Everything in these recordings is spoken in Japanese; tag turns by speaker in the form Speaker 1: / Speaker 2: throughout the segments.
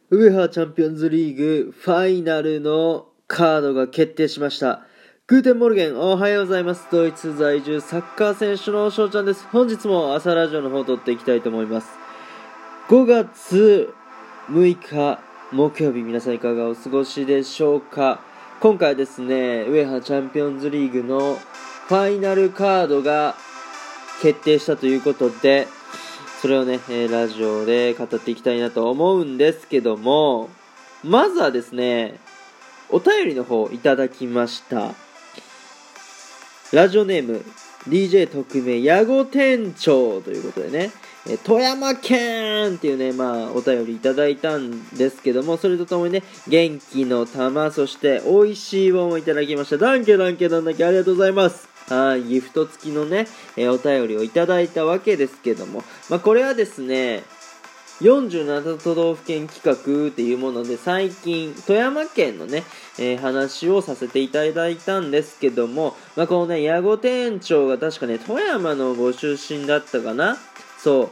Speaker 1: ウェハーチャンピオンズリーグファイナルのカードが決定しました。グーテンモルゲン、おはようございます。ドイツ在住サッカー選手の翔ちゃんです。本日も朝ラジオの方を撮っていきたいと思います。5月6日木曜日、皆さんいかがお過ごしでしょうか。今回はですね、ウェハーチャンピオンズリーグのファイナルカードが決定したということで、それをね、ラジオで語っていきたいなと思うんですけども、まずはですね、お便りの方いただきました。ラジオネーム DJ 特命矢後店長ということでね、富山県っていうね、お便りいただいたんですけども、それとともにね、元気の玉、そして美味しい棒もいただきました。ダンケありがとうございます。ギフト付きのね、お便りをいただいたわけですけども、これはですね、47都道府県企画っていうもので、最近富山県のね、話をさせていただいたんですけども、このね、矢後店長が確かね、富山のご出身だったかな。そう、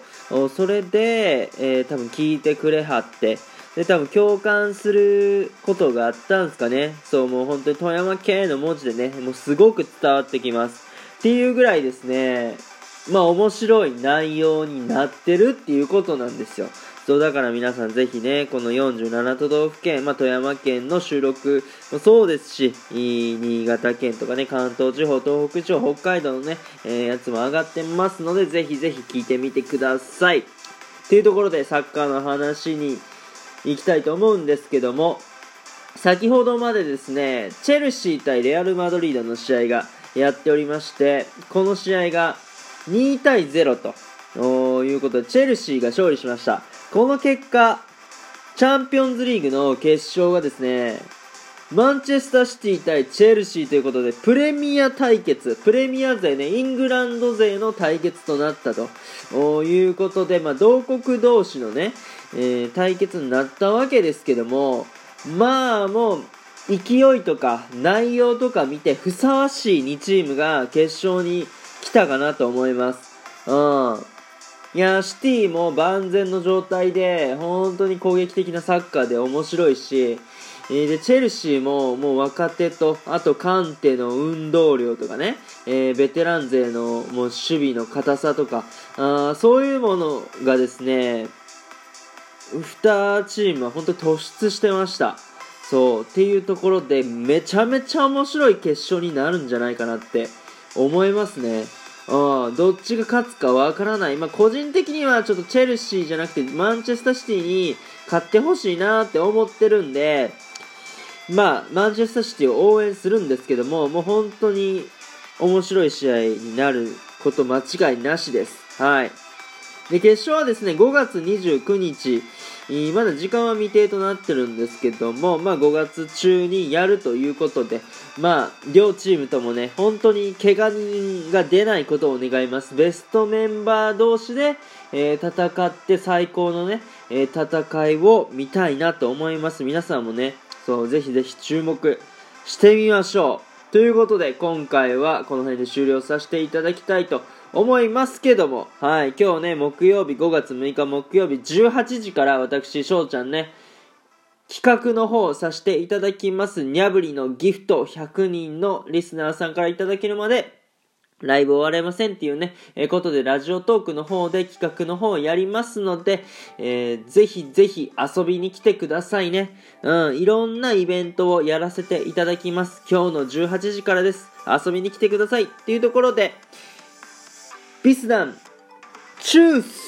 Speaker 1: それで、多分聞いてくれはって、で多分共感することがあったんですかね。そう、もう本当に富山県の文字でね、もうすごく伝わってきますっていうぐらいですね、面白い内容になってるっていうことなんですよ。そうだから皆さんぜひね、この47都道府県、富山県の収録もそうですし、新潟県とかね、関東地方、東北地方、北海道のね、やつも上がってますので、ぜひぜひ聞いてみてください。というところでサッカーの話に行きたいと思うんですけども、先ほどまでですね、チェルシー対レアルマドリードの試合がやっておりまして、この試合が2対0ということでチェルシーが勝利しました。この結果、チャンピオンズリーグの決勝がですね、マンチェスターシティ対チェルシーということでプレミア対決、プレミア勢ね、イングランド勢の対決となったということで、同国同士のね、対決になったわけですけども、もう勢いとか内容とか見てふさわしい2チームが決勝に来たかなと思います。いやシティも万全の状態で本当に攻撃的なサッカーで面白いし、でチェルシーももう若手と、あとカンテの運動量とかね、ベテラン勢のもう守備の硬さとか、そういうものがですね、2チームは本当に突出してました。そうっていうところでめちゃめちゃ面白い決勝になるんじゃないかなって思いますね。どっちが勝つかわからない。個人的にはちょっとチェルシーじゃなくてマンチェスターシティに勝ってほしいなって思ってるんで、マンチェスターシティを応援するんですけども、もう本当に面白い試合になること間違いなしです。はい。で、決勝はですね、5月29日、まだ時間は未定となってるんですけども、5月中にやるということで、両チームともね、本当に怪我人が出ないことを願います。ベストメンバー同士で、戦って最高のね、戦いを見たいなと思います。皆さんもね、ぜひぜひ注目してみましょう。ということで、今回はこの辺で終了させていただきたいと思いますけども、はい、今日ね、木曜日、5月6日木曜日18時から私、翔ちゃんね、企画の方をさせていただきます。にゃぶりのギフト100人のリスナーさんからいただけるまで、ライブ終われませんっていうね、ことでラジオトークの方で企画の方をやりますので、ぜひぜひ遊びに来てくださいね。いろんなイベントをやらせていただきます。今日の18時からです。遊びに来てくださいっていうところで、ビスダンチュース